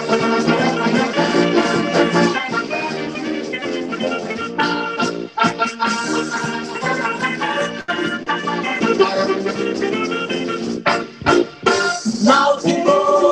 Náutico,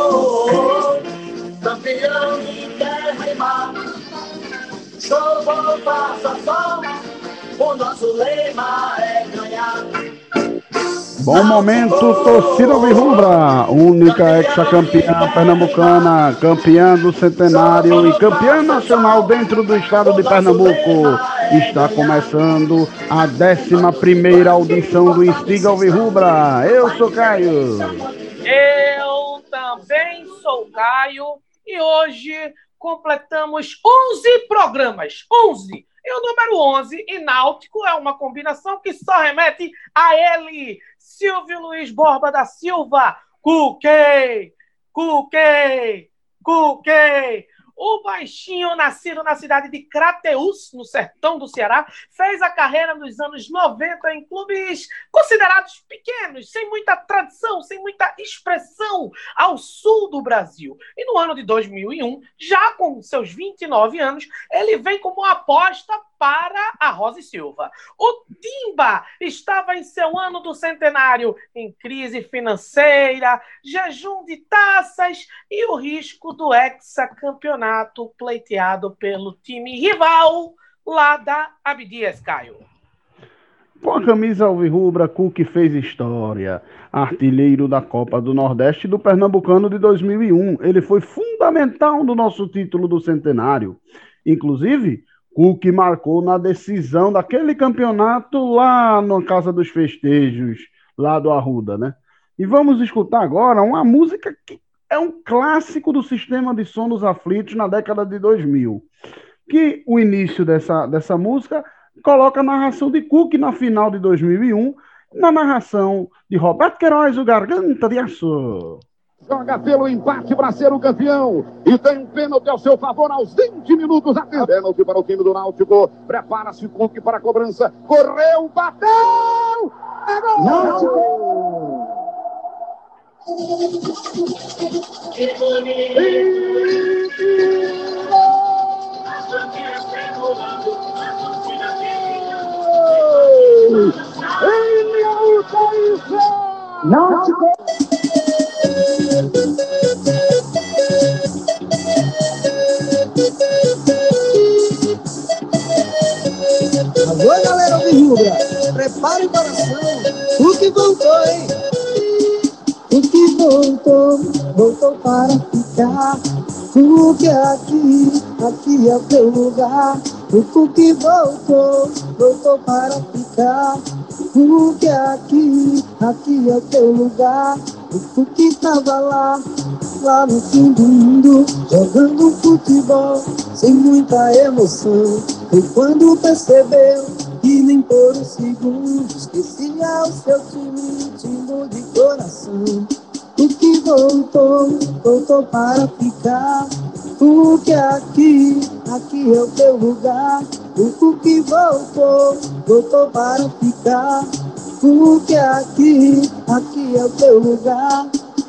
campeão de terra e mar, chuva, faça sol, o nosso lema é ganhar. Bom momento, torcida alvirrubra, única ex-campeã pernambucana, campeã do centenário e campeã nacional dentro do estado de Pernambuco. Está começando a 11ª audição do Instiga Alvirrubra. Eu sou Caio. Eu também sou Caio e hoje completamos 11 programas. 11! E o número 11, e Náutico, é uma combinação que só remete a ele, Silvio Luiz Borba da Silva. Cuquei! O baixinho, nascido na cidade de Crateús, no sertão do Ceará, fez a carreira nos anos 90 em clubes considerados pequenos, sem muita tradição, sem muita expressão ao sul do Brasil. E no ano de 2001, já com seus 29 anos, ele vem como aposta para a Rosa e Silva. O Timba estava em seu ano do centenário, em crise financeira, jejum de taças e o risco do hexacampeonato pleiteado pelo time rival lá da Abdias, Caio. Com a camisa alvirrubra, Cook fez história. Artilheiro da Copa do Nordeste do Pernambucano de 2001. Ele foi fundamental no nosso título do centenário. Inclusive, Cook marcou na decisão daquele campeonato lá na Casa dos Festejos, lá do Arruda, né? E vamos escutar agora uma música que é um clássico do sistema de som dos aflitos na década de 2000. Que o início dessa música coloca a narração de Cook na final de 2001, na narração de Roberto Queiroz, o Garganta de Aço. Joga pelo empate para ser o campeão. E tem um pênalti ao seu favor aos 20 minutos. Pênalti para o time do Náutico. Prepara-se Cook para a cobrança. Correu, bateu! É gol! Náutico! Náutico! Alô, galera alvirrubra, prepare o coração, o que voltou, hein? O que voltou para ficar. O que aqui é o teu lugar. O que voltou para ficar. O que aqui é o teu lugar. O que tava lá no fim do mundo, jogando futebol, sem muita emoção. Foi quando percebeu que nem por um segundo esquecia o seu time de coração. O que voltou para ficar. O que aqui é o teu lugar. O que voltou para ficar. O que aqui é o teu lugar.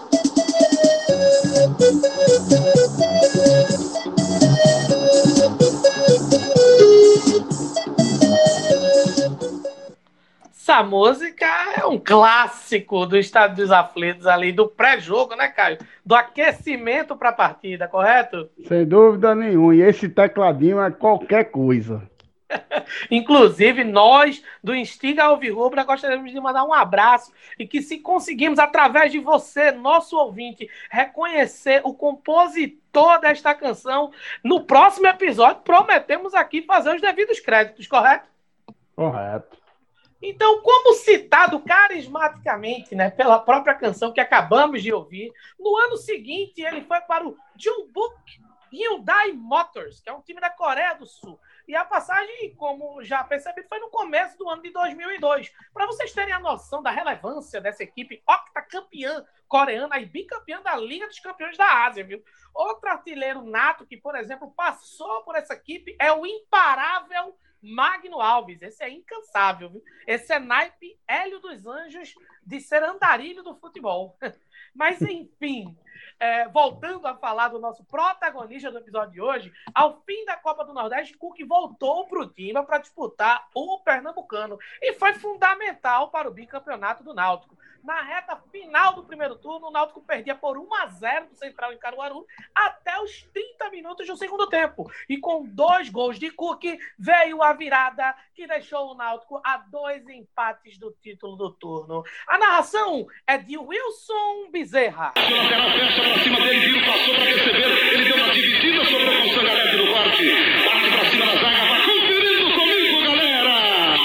Essa música é um clássico do Estádio dos Aflitos ali, do pré-jogo, né, Caio? Do aquecimento para a partida, correto? Sem dúvida nenhuma. E esse tecladinho é qualquer coisa. Inclusive, nós do Instiga Alvirrubra gostaríamos de mandar um abraço e que, se conseguimos, através de você, nosso ouvinte, reconhecer o compositor desta canção, no próximo episódio prometemos aqui fazer os devidos créditos, correto? Correto. Então, como citado carismaticamente, né, pela própria canção que acabamos de ouvir, no ano seguinte ele foi para o Jeonbuk Hyundai Motors, que é um time da Coreia do Sul. E a passagem, como já percebido, foi no começo do ano de 2002. Para vocês terem a noção da relevância dessa equipe octacampeã coreana e bicampeã da Liga dos Campeões da Ásia, viu? Outro artilheiro nato que, por exemplo, passou por essa equipe é o imparável Magno Alves. Esse é incansável, viu? Esse é naipe Hélio dos Anjos de ser andarilho do futebol. Mas, enfim, voltando a falar do nosso protagonista do episódio de hoje, ao fim da Copa do Nordeste, Cook voltou para o Timba para disputar o Pernambucano e foi fundamental para o bicampeonato do Náutico. Na reta final do primeiro turno, o Náutico perdia por 1-0 do Central em Caruaru até os 30 minutos do segundo tempo. E com 2 gols de Cook, veio a virada que deixou o Náutico a 2 empates do título do turno. A narração é de Wilson Bezerra. O lateral fecha pra cima dele, Viro passou pra receber, ele deu uma dividida sobre o Consangalete no corte, parte pra cima da zaga, vai conferindo comigo, galera!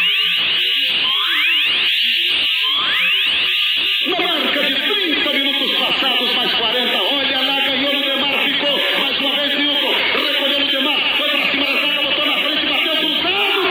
Na marca de 30 minutos passados, mais 40, olha lá, ganhou o Demar, ficou mais uma vez Nilton, recolheu o Demar, foi pra cima da zaga, botou na frente, bateu cruzado,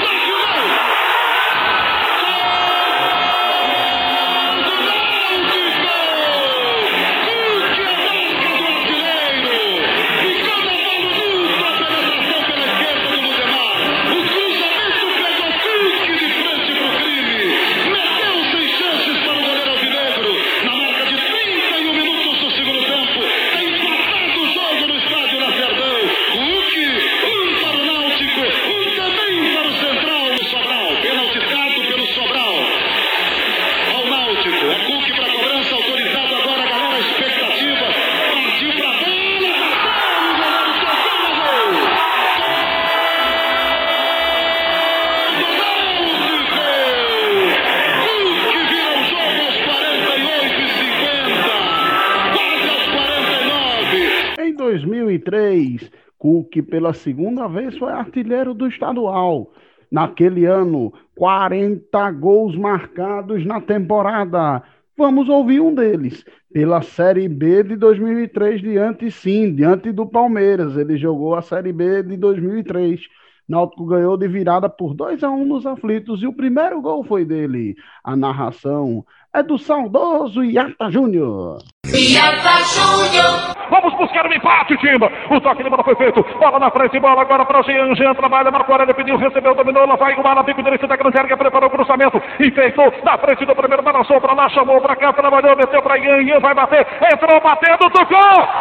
Em 2003, Cook pela segunda vez foi artilheiro do estadual. Naquele ano, 40 gols marcados na temporada. Vamos ouvir um deles. Pela Série B de 2003, diante do Palmeiras. Ele jogou a Série B de 2003. Náutico ganhou de virada por 2-1 nos aflitos e o primeiro gol foi dele. A narração é do saudoso Iata Júnior. Iata Júnior! Vamos buscar o empate, Timba. O toque de bola foi feito. Bola na frente, bola agora para o Jean. Jean trabalha, Marco Aurélio pediu, recebeu, dominou. Lá vai o Mala, bico direito da grande área, preparou o cruzamento. E feitou na frente do primeiro, balançou para lá, chamou para cá, trabalhou, meteu para Ian. Ian vai bater, entrou batendo, tocou!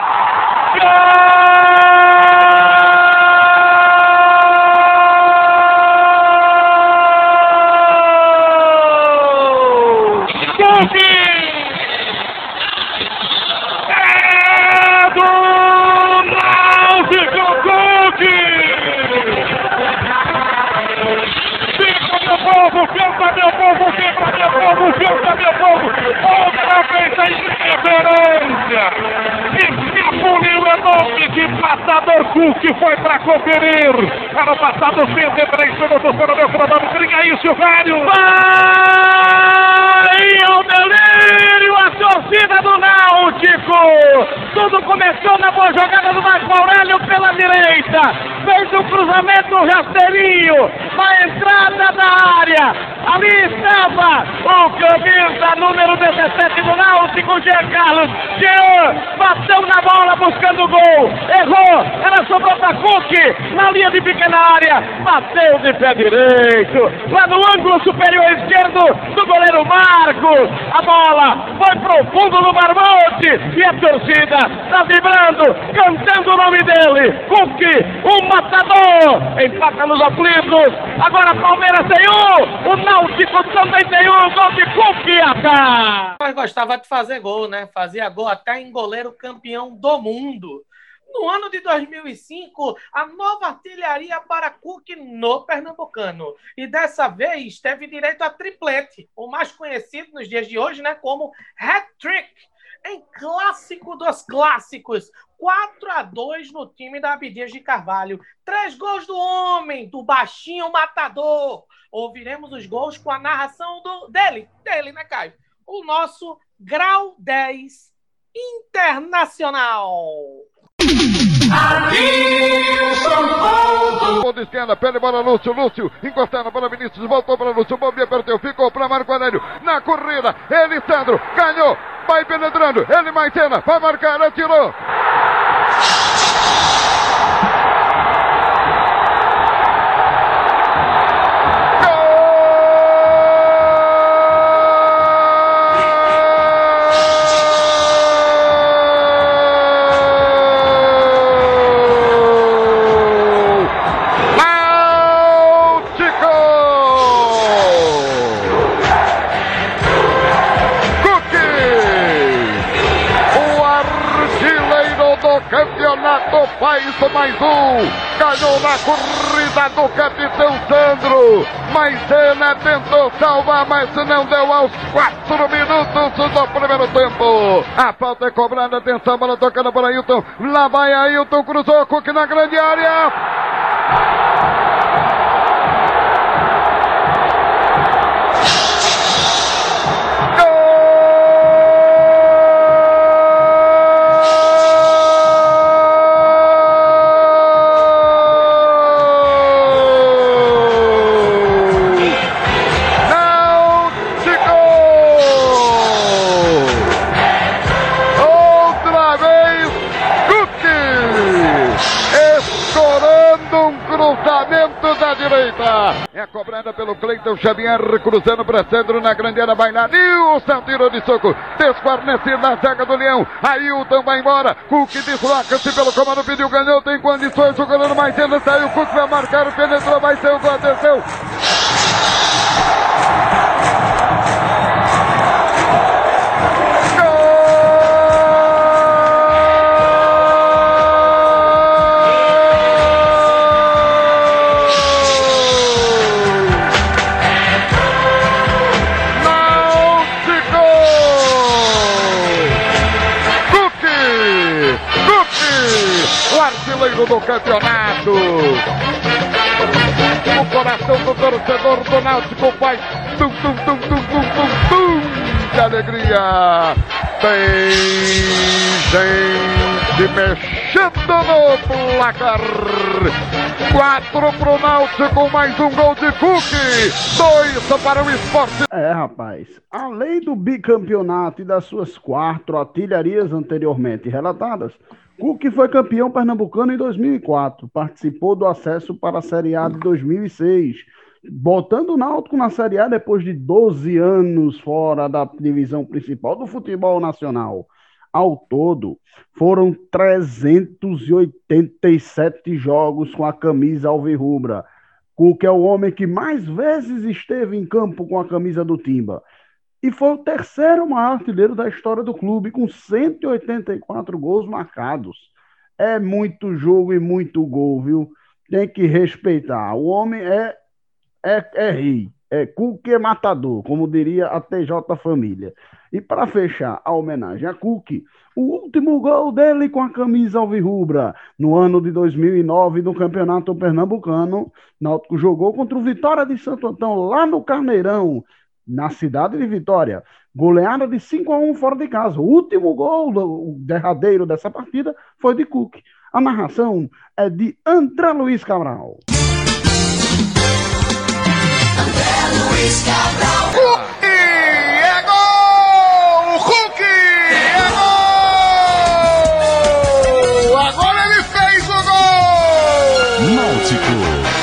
Canta meu povo, quebra meu povo, canta meu povo, outra vez a irreverência, escapuliu enorme de passador Cook, foi pra conferir, para o passado 103 minutos para o meu cronômetro, liga isso, velho! Vai ao delírio, a torcida do Náutico! Tudo começou na boa jogada do Marco Aurélio pela direita, fez um cruzamento rasteirinho, na entrada da área, ali estava o camisa número 17 do Náutico, Jean Carlos. Jean bateu na bola buscando o gol, errou, ela sobrou para Cook, na linha de pequena área, bateu de pé direito, lá no ângulo superior esquerdo do goleiro Marcos. A bola foi pro fundo do Marmonte e a torcida está vibrando, cantando o nome dele, Cook, o matador, empata nos aflitos. Agora Palmeiras tem o Náutico também tem gol de Cook. Mas gostava de fazer gol, né? Fazia gol até em goleiro campeão do mundo. No ano de 2005, a nova artilharia para Cook no Pernambucano. E dessa vez teve direito a triplete, o mais conhecido nos dias de hoje, né, como hat-trick, em clássico dos clássicos. 4-2 no time da Abdias de Carvalho. 3 gols do homem, do baixinho matador. Ouviremos os gols com a narração dele, né, Caio? O nosso Grau 10 Internacional. Ponta esquerda, pede bola Lúcio, encostando para Vinícius, voltou para Lúcio, Bobinha perdeu, ficou para Marco Aurélio, na corrida, ele Sandro, ganhou, vai penetrando, ele Maicena, vai marcar, atirou. do campeonato, faz mais um. Ganhou na corrida do capitão Sandro, mas ele tentou salvar, mas não deu aos 4 minutos do primeiro tempo. A falta é cobrada, atenção, bola tocando para Ailton. Lá vai Ailton, cruzou, Cook na grande área. Da direita, é cobrada pelo Cleiton Xavier, cruzando para Sandro na grande área, vai lá, Nilson, tirou de soco, desguarnecido na zaga do Leão, Ailton vai embora, Cook desloca-se pelo comando, pediu, ganhou, tem condições, o goleiro mais cedo saiu, Cook vai marcar, penetrou, vai ser o gol, atenção. Artilheiro do campeonato, o coração do torcedor do Náutico faz tum, tum, tum, tum, tum, tum, tum, de alegria. Tem gente mexendo no placar. 4 pro Náutico, mais um gol de Cook, 2 para o Sport. Rapaz, além do bicampeonato e das suas 4 artilharias anteriormente relatadas, Cook foi campeão pernambucano em 2004, participou do acesso para a Série A de 2006, botando o Náutico na Série A depois de 12 anos fora da divisão principal do futebol nacional. Ao todo, foram 387 jogos com a camisa alvirrubra. Cook é o homem que mais vezes esteve em campo com a camisa do Timba. E foi o terceiro maior artilheiro da história do clube, com 184 gols marcados. É muito jogo e muito gol, viu? Tem que respeitar. O homem é rei. Cook é matador, como diria a TJ Família. E para fechar a homenagem a Cook, o último gol dele com a camisa alvirrubra, no ano de 2009, no Campeonato Pernambucano, Náutico jogou contra o Vitória de Santo Antão, lá no Carneirão, na cidade de Vitória, goleada de 5-1 fora de casa. O último gol, o derradeiro dessa partida, foi de Cook. A narração é de André Luiz Cabral. André Luiz Cabral. Cook é gol! Cook é gol! Agora ele fez o gol! Náutico.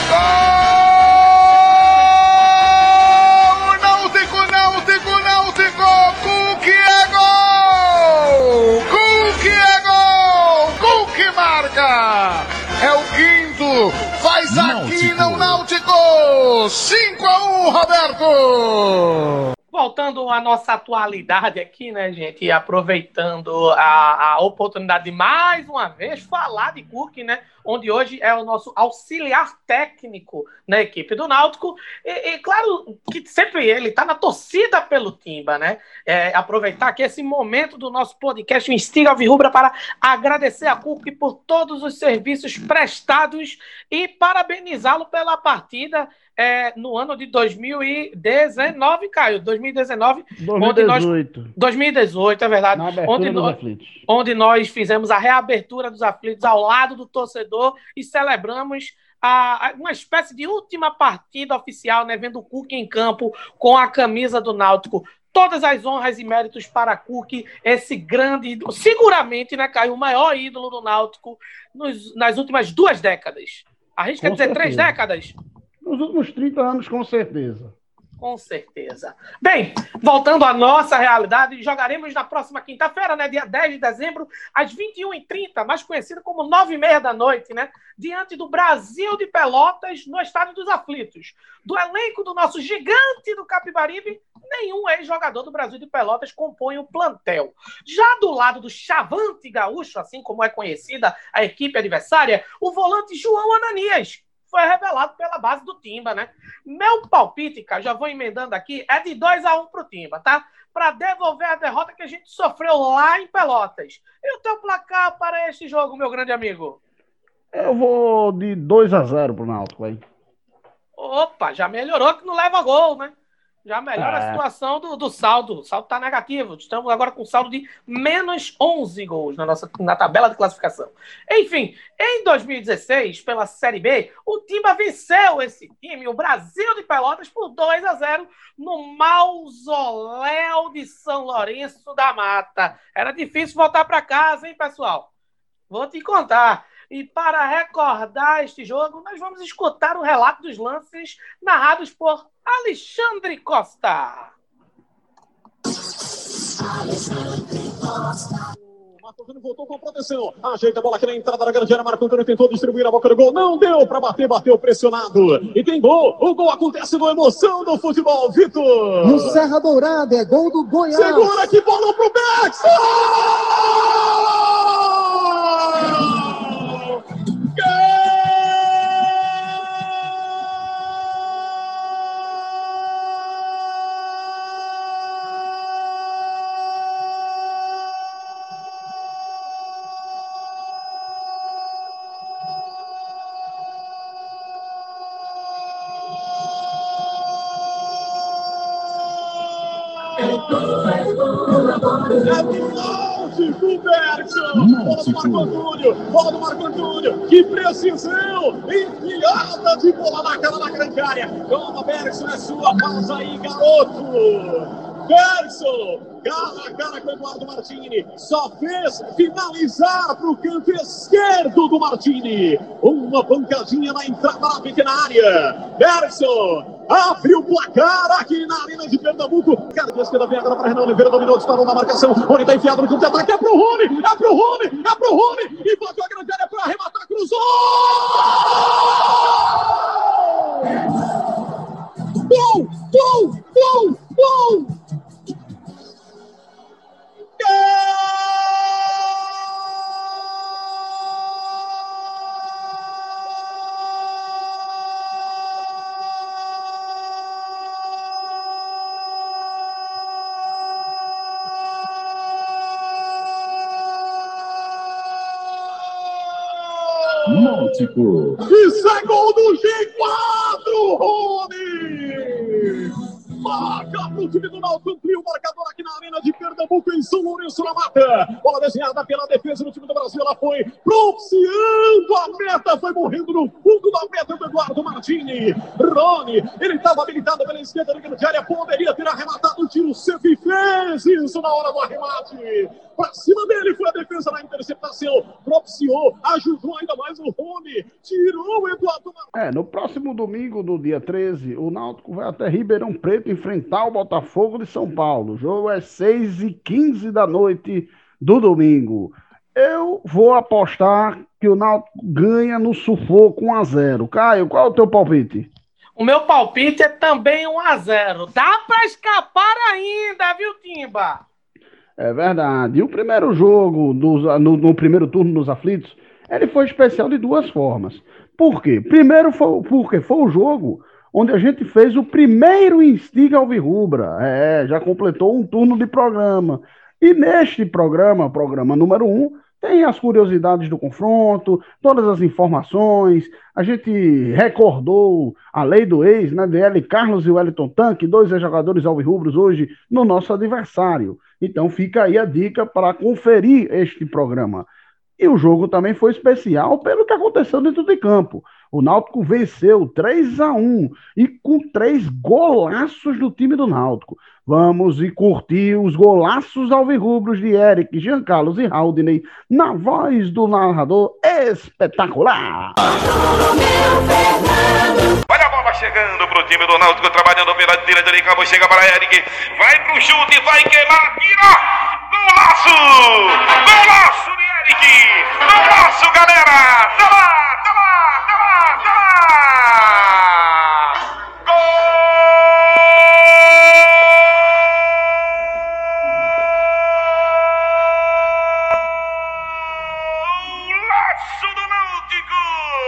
É o quinto, faz aqui no Náutico, 5-1, Roberto! Voltando à nossa atualidade aqui, né, gente, e aproveitando a oportunidade de mais uma vez falar de Cook, né, onde hoje é o nosso auxiliar técnico na equipe do Náutico, e claro que sempre ele está na torcida pelo Timba, né, aproveitar aqui esse momento do nosso podcast, o Instiga Alvirrubra, para agradecer a Cook por todos os serviços prestados e parabenizá-lo pela partida no ano de 2019, Caio, 2019, 2018, é verdade, onde nós fizemos a reabertura dos aflitos ao lado do torcedor e celebramos uma espécie de última partida oficial, né, vendo o Cook em campo com a camisa do Náutico. Todas as honras e méritos para Cook, esse grande ídolo, seguramente, né, Caio, o maior ídolo do Náutico nas últimas 2 décadas. A gente quer dizer 3 décadas? Nos últimos 30 anos, com certeza. Com certeza. Bem, voltando à nossa realidade, jogaremos na próxima quinta-feira, né, dia 10 de dezembro, às 21h30, mais conhecido como 9h30 da noite, né, diante do Brasil de Pelotas, no Estádio dos Aflitos. Do elenco do nosso gigante do Capibaribe, nenhum ex-jogador do Brasil de Pelotas compõe o plantel. Já do lado do Chavante Gaúcho, assim como é conhecida a equipe adversária, o volante João Ananias foi revelado pela base do Timba, né? Meu palpite, cara, já vou emendando aqui, é de 2-1 pro Timba, tá? Para devolver a derrota que a gente sofreu lá em Pelotas. E o teu placar para este jogo, meu grande amigo? Eu vou de 2-0 pro Náutico, aí. Opa, já melhorou que não leva gol, né? Já melhora a situação do saldo. O saldo está negativo. Estamos agora com saldo de menos 11 gols na tabela de classificação. Enfim, em 2016, pela Série B, o Timba venceu esse time, o Brasil de Pelotas, por 2-0 no Mausoléu de São Lourenço da Mata. Era difícil voltar para casa, hein, pessoal? Vou te contar. E para recordar este jogo, nós vamos escutar o relato dos lances narrados por Alexandre Costa. Marco Antônio voltou com proteção. Ajeita a bola aqui na entrada da grande área. Marco Antônio tentou distribuir a boca do gol. Não deu para bater, bateu pressionado. E tem gol. O gol acontece no emoção do futebol, Vitor. No Serra Dourada, é gol do Goiás. Segura que bola pro Beckson! Bola do Marco Antônio, que precisão, enfiada de bola na cara da grande área. Toma, Bergson, é sua, pausa aí, garoto. Bergson, cara a cara com o Eduardo Martini, só fez finalizar para o canto esquerdo do Martini. Uma pancadinha na entrada da pequena área. Bergson abre o placar aqui na Arena de Pernambuco. Cara de esquerda vem agora para Renan Oliveira, dominou, disparou na marcação. Rony está enfiado no contra-ataque, é pro Rony, e bateu a grande área para arrematar, cruzou! Gol! Náutico. Isso é gol do G4, Rony! Marca pro time do Náutico, amplia o marcador aqui na Arena de Pernambuco, em São Lourenço na Mata. Bola desenhada pela defesa do time do Brasil, ela foi propiciando a meta, foi morrendo no fundo da meta do Eduardo Martini. Rony, ele estava habilitado pela esquerda da grande área, poderia ter arrematado o tiro, Sefi fez isso na hora do arremate. Pra cima dele foi a defesa na interceptação, propiciou, ajudou ainda mais o Rony, tirou o Eduardo Martini. No próximo domingo, no dia 13, o Náutico vai até Ribeirão Preto enfrentar o Botafogo de São Paulo. O jogo é 6h15 da noite do domingo. Eu vou apostar que o Náutico ganha no sufoco 1-0. Caio, qual é o teu palpite? O meu palpite é também 1-0. Dá para escapar ainda, viu, Timba? É verdade. E o primeiro jogo, no primeiro turno dos aflitos, ele foi especial de duas formas. Por quê? Primeiro, porque foi o jogo onde a gente fez o primeiro Instiga Alvirrubra. Já completou um turno de programa. E neste programa número 1, tem as curiosidades do confronto, todas as informações. A gente recordou a lei do ex, né, de L. Carlos e Wellington Tanque, 2 ex-jogadores alvirrubros hoje no nosso adversário. Então fica aí a dica para conferir este programa. E o jogo também foi especial pelo que aconteceu dentro de campo. O Náutico venceu 3-1 e com 3 golaços do time do Náutico. Vamos e curtir os golaços alvirrubros de Eric, Jean Carlos e Haldney na voz do narrador espetacular. Olha a bola chegando pro time do Náutico, trabalhando pela direita de campo, chega para Eric, vai pro chute, vai queimar, tira! Golaço! Golaço de Eric! Golaço, galera! Tá lá! Tá lá! Tá lá! Tá lá! Golaço do Náutico!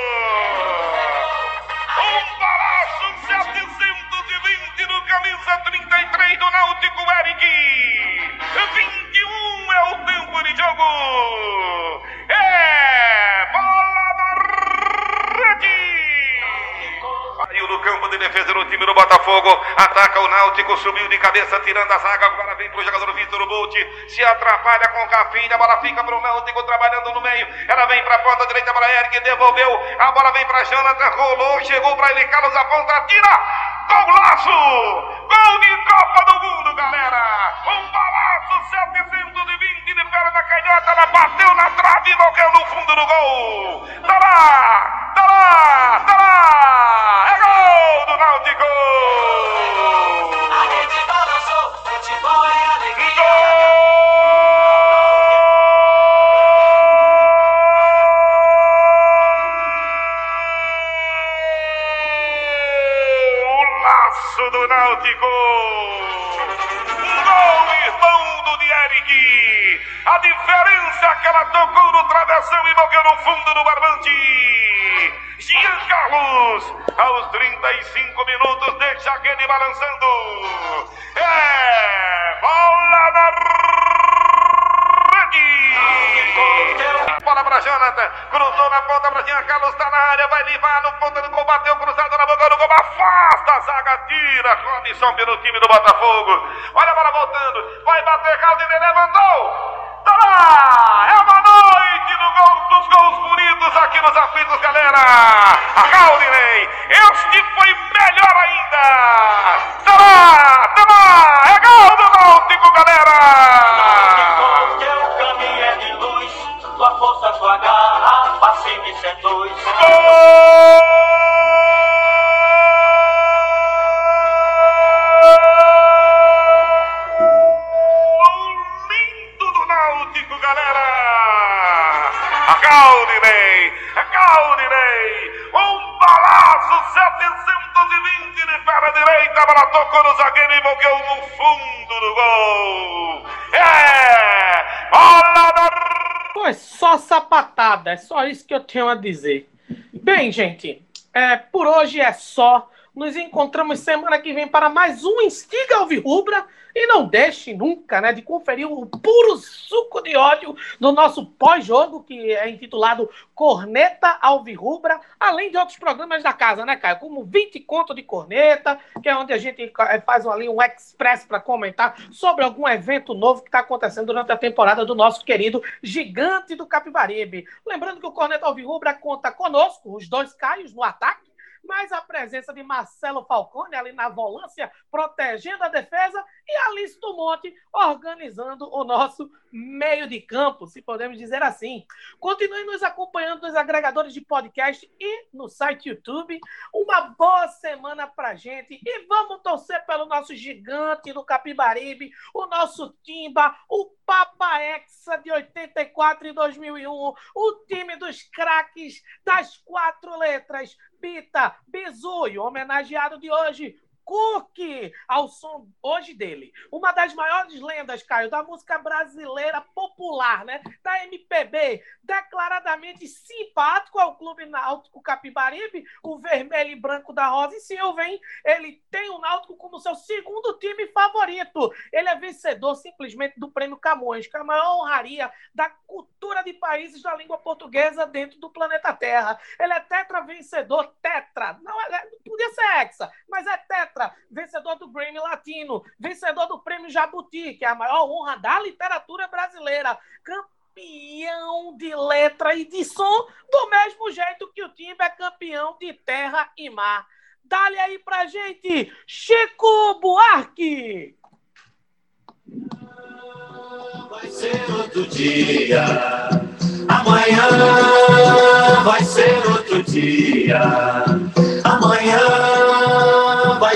Um balaço 720 no camisa 33 do Náutico, Eric! 21 é o tempo de jogo! É bola na rede! Saiu do campo de defesa do time do Botafogo, ataca o Náutico, subiu de cabeça, tirando a zaga, agora vem pro jogador Vitor Bolt, se atrapalha com o Cafinha, a bola fica pro Náutico, trabalhando no meio, ela vem pra ponta direita para Eric, devolveu, a bola vem pra Jonathan, rolou, chegou pra ele, Carlos aponta, tira! Golaço! Gol de Copa do Mundo, galera! Um balaço 720 de perna canhota, ela bateu na trave e morreu no fundo do gol! Tá lá! Tá lá! Tá lá! É gol do Náutico! A rede balançou, futebol é alegria. Golaço do Náutico! Gol, irmão do Eric! A diferença é que ela tocou no travessão e morreu no fundo do barbante! Jean Carlos, aos 35 minutos, deixa aquele balançando! É bola na rede! Bola para Jonathan, cruzou na ponta para Jean Carlos, tá na área, vai levar no ponta do gol, bateu cruzado na boca do gol, afasta a zaga, tira a condição pelo time do Botafogo. Olha a bola voltando, vai bater, Caldinei levantou! Tá lá! É uma noite dos gols bonitos aqui nos aflitos, galera! A Caldinei, este foi melhor ainda! Tá lá! Tá lá! É gol do Náutico, galera! Teu caminho é de luz, tua força, tua garra, passe e seduz. Galera, a Caldinei, um balaço 720 de perna direita, a bola tocou no zagueiro e morreu no fundo do gol. É bola da... Pô, é só sapatada, é só isso que eu tenho a dizer. Bem, gente, por hoje é só. Nos encontramos semana que vem para mais um Instiga Alvirrubra. E não deixe nunca, né, de conferir o puro suco de ódio do nosso pós-jogo, que é intitulado Corneta Alvirrubra, além de outros programas da casa, né, Caio? Como 20 Conto de Corneta, que é onde a gente faz ali um express para comentar sobre algum evento novo que está acontecendo durante a temporada do nosso querido Gigante do Capibaribe. Lembrando que o Corneta Alvirrubra conta conosco, os dois Caios no ataque, mas a presença de Marcelo Falcone ali na volância, protegendo a defesa, e Alice do Monte organizando o nosso meio de campo, se podemos dizer assim. Continue nos acompanhando nos agregadores de podcast e no site YouTube. Uma boa semana pra gente e vamos torcer pelo nosso Gigante do Capibaribe, o nosso Timba, o Papa Hexa de 84 e 2001, o time dos craques das 4 letras, Bita, Bizu, e o homenageado de hoje, Cook, ao som hoje dele. Uma das maiores lendas, Caio, da música brasileira popular, né? Da MPB, declaradamente simpático ao Clube Náutico Capibaribe, o vermelho e branco da Rosa e Silva, hein? Ele tem o Náutico como seu segundo time favorito. Ele é vencedor simplesmente do Prêmio Camões, que é a maior honraria da cultura de países da língua portuguesa dentro do planeta Terra. Ele é tetra vencedor, tetra. Não, podia ser hexa, mas é tetra. Vencedor do Grammy Latino, vencedor do Prêmio Jabuti, que é a maior honra da literatura brasileira, campeão de letra e de som, do mesmo jeito que o time é campeão de terra e mar. Dá-lhe aí pra gente, Chico Buarque! Vai ser outro dia, amanhã vai ser outro dia, amanhã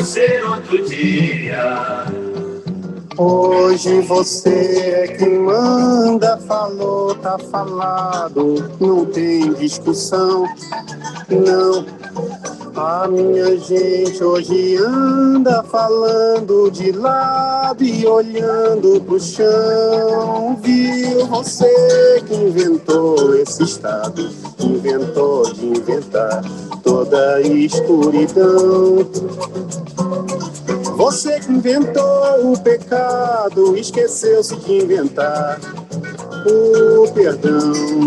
ser outro dia. Hoje você é quem manda, falou, tá falado, não tem discussão, não. A minha gente hoje anda falando de lado e olhando pro chão. Viu você que inventou esse estado, inventou de inventar toda a escuridão. Você que inventou o pecado, esqueceu-se de inventar o perdão.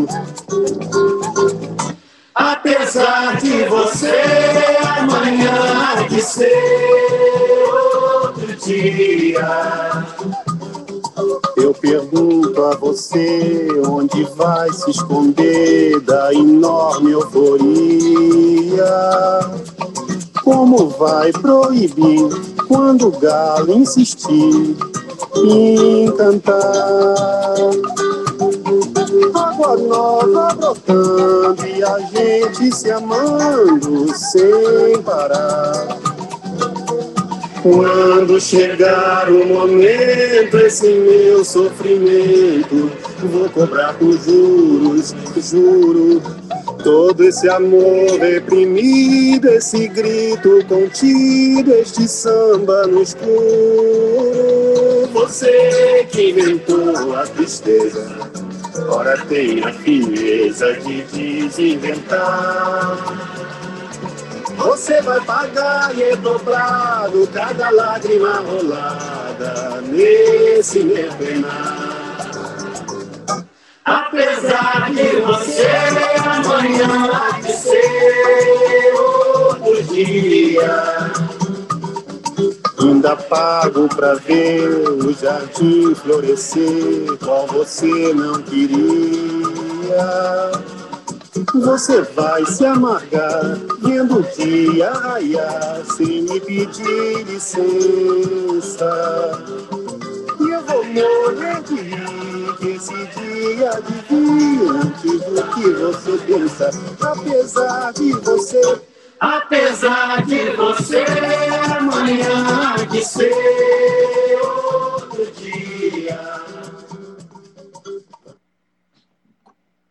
Apesar de você, amanhã há de ser outro dia. Eu pergunto a você onde vai se esconder da enorme euforia. Como vai proibir quando o galo insistir em cantar? Água nova brotando e a gente se amando sem parar. Quando chegar o momento, esse meu sofrimento, vou cobrar por juros, juro. Todo esse amor reprimido, esse grito contido, este samba no escuro. Você que inventou a tristeza, ora tem a fineza de desinventar. Você vai pagar e é dobrado cada lágrima rolada nesse meu penar. Apesar de você, amanhã há de ser outro dia. Ainda pago pra ver o jardim florescer, qual você não queria. Você vai se amargar, vendo o dia raiar, sem me pedir licença. E eu vou morrer de rir, que esse dia adivinha antes do que você pensa. Apesar de você, amanhã há de ser